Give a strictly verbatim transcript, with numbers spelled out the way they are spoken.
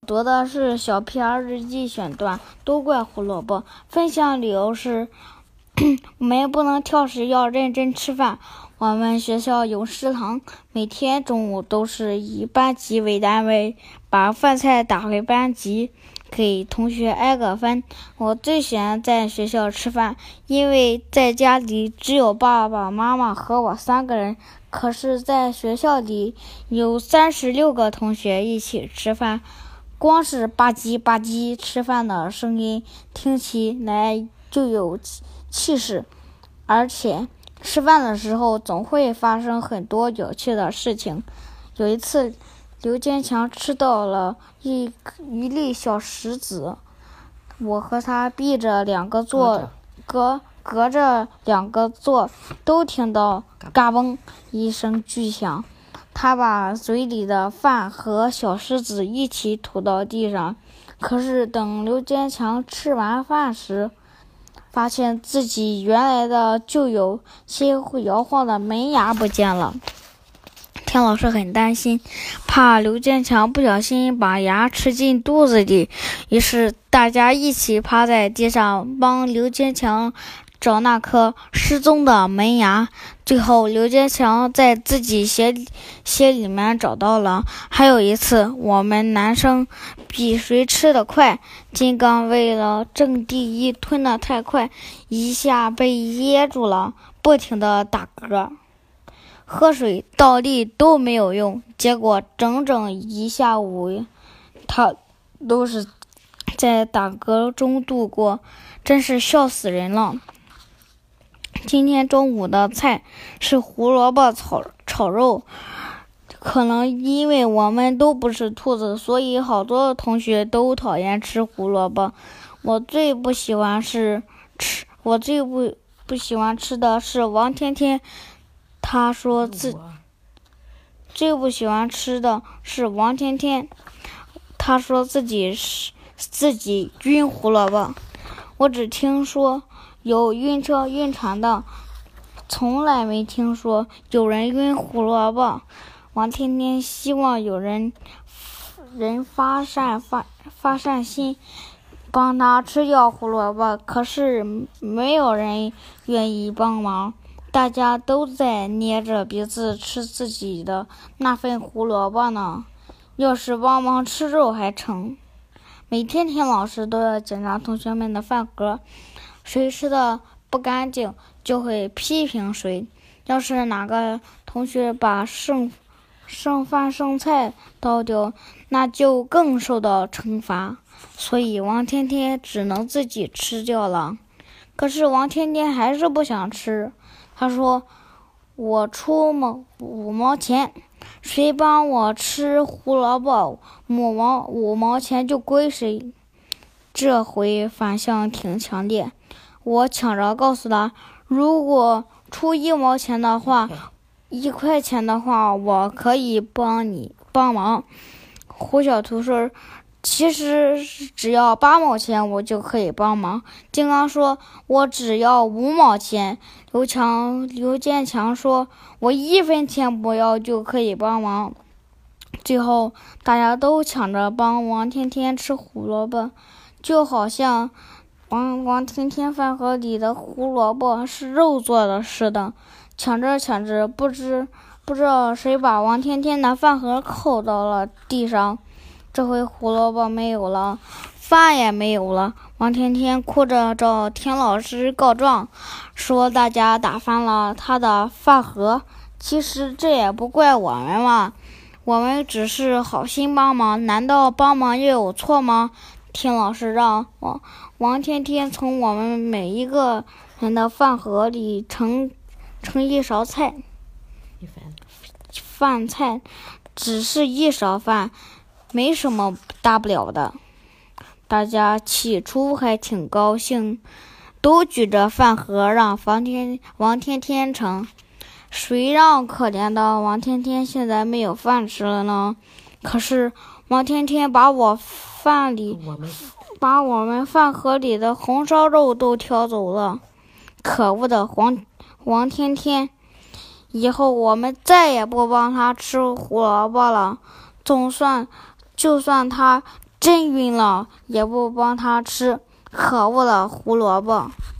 读的是小屁孩日记选段，都怪胡萝卜。分享理由是我们不能挑食，要认真吃饭。我们学校有食堂，每天中午都是以班级为单位，把饭菜打回班级，给同学挨个分。我最喜欢在学校吃饭，因为在家里只有爸爸妈妈和我三个人，可是在学校里有三十六个同学一起吃饭，光是吧唧吧唧吃饭的声音听起来就有气势，而且吃饭的时候总会发生很多有趣的事情。有一次刘坚强吃到了一一粒小石子，我和他闭着两个座隔隔着两个座都听到嘎嘣一声巨响，他把嘴里的饭和小石子一起吐到地上。可是等刘坚强吃完饭时，发现自己原来的就有些摇晃的门牙不见了。田老师很担心，怕刘坚强不小心把牙吃进肚子里，于是大家一起趴在地上帮刘坚强找那颗失踪的门牙。最后刘坚强在自己鞋鞋里面找到了。还有一次，我们男生比谁吃得快，金刚为了争第一吞得太快，一下被噎住了，不停地打嗝，喝水倒立都没有用，结果整整一下午他都是在打嗝中度过，真是笑死人了。今天中午的菜是胡萝卜炒炒肉，可能因为我们都不是兔子，所以好多同学都讨厌吃胡萝卜。我最不喜欢是吃，我最不不喜欢吃的是王天天，他说自最不喜欢吃的是王天天，他说自己是自己晕胡萝卜。我只听说有晕车晕船的，从来没听说有人晕胡萝卜。王天天希望有人人发善发发善心，帮他吃掉胡萝卜，可是没有人愿意帮忙，大家都在捏着鼻子吃自己的那份胡萝卜呢。要是帮忙吃肉还成。每天田老师都要检查同学们的饭盒，谁吃的不干净就会批评谁。要是哪个同学把剩剩饭剩菜倒掉，那就更受到惩罚。所以王天天只能自己吃掉了。可是王天天还是不想吃，他说我出毛五毛钱，谁帮我吃胡萝卜，五毛五毛钱就归谁。这回反响挺强烈，我抢着告诉他，如果出一毛钱的话，一块钱的话，我可以帮你帮忙。胡小图说，其实只要八毛钱我就可以帮忙。金刚说，我只要五毛钱。刘强刘建强说，我一分钱不要就可以帮忙。最后大家都抢着帮王天天吃胡萝卜，就好像王王天天饭盒里的胡萝卜是肉做的似的。抢着抢着，不知不知道谁把王天天的饭盒扣到了地上。这回胡萝卜没有了，饭也没有了。王天天哭着找田老师告状，说大家打翻了他的饭盒。其实这也不怪我们嘛，我们只是好心帮忙，难道帮忙又有错吗？田老师让王王天天从我们每一个人的饭盒里盛盛一勺菜，饭菜只是一勺饭，没什么大不了的。大家起初还挺高兴，都举着饭盒让王天王天天盛。谁让可怜的王天天现在没有饭吃了呢？可是王天天把我饭里把我们饭盒里的红烧肉都挑走了。可恶的黄王天天，以后我们再也不帮他吃胡萝卜了。总算就算他真真晕了，也不帮他吃可恶的胡萝卜。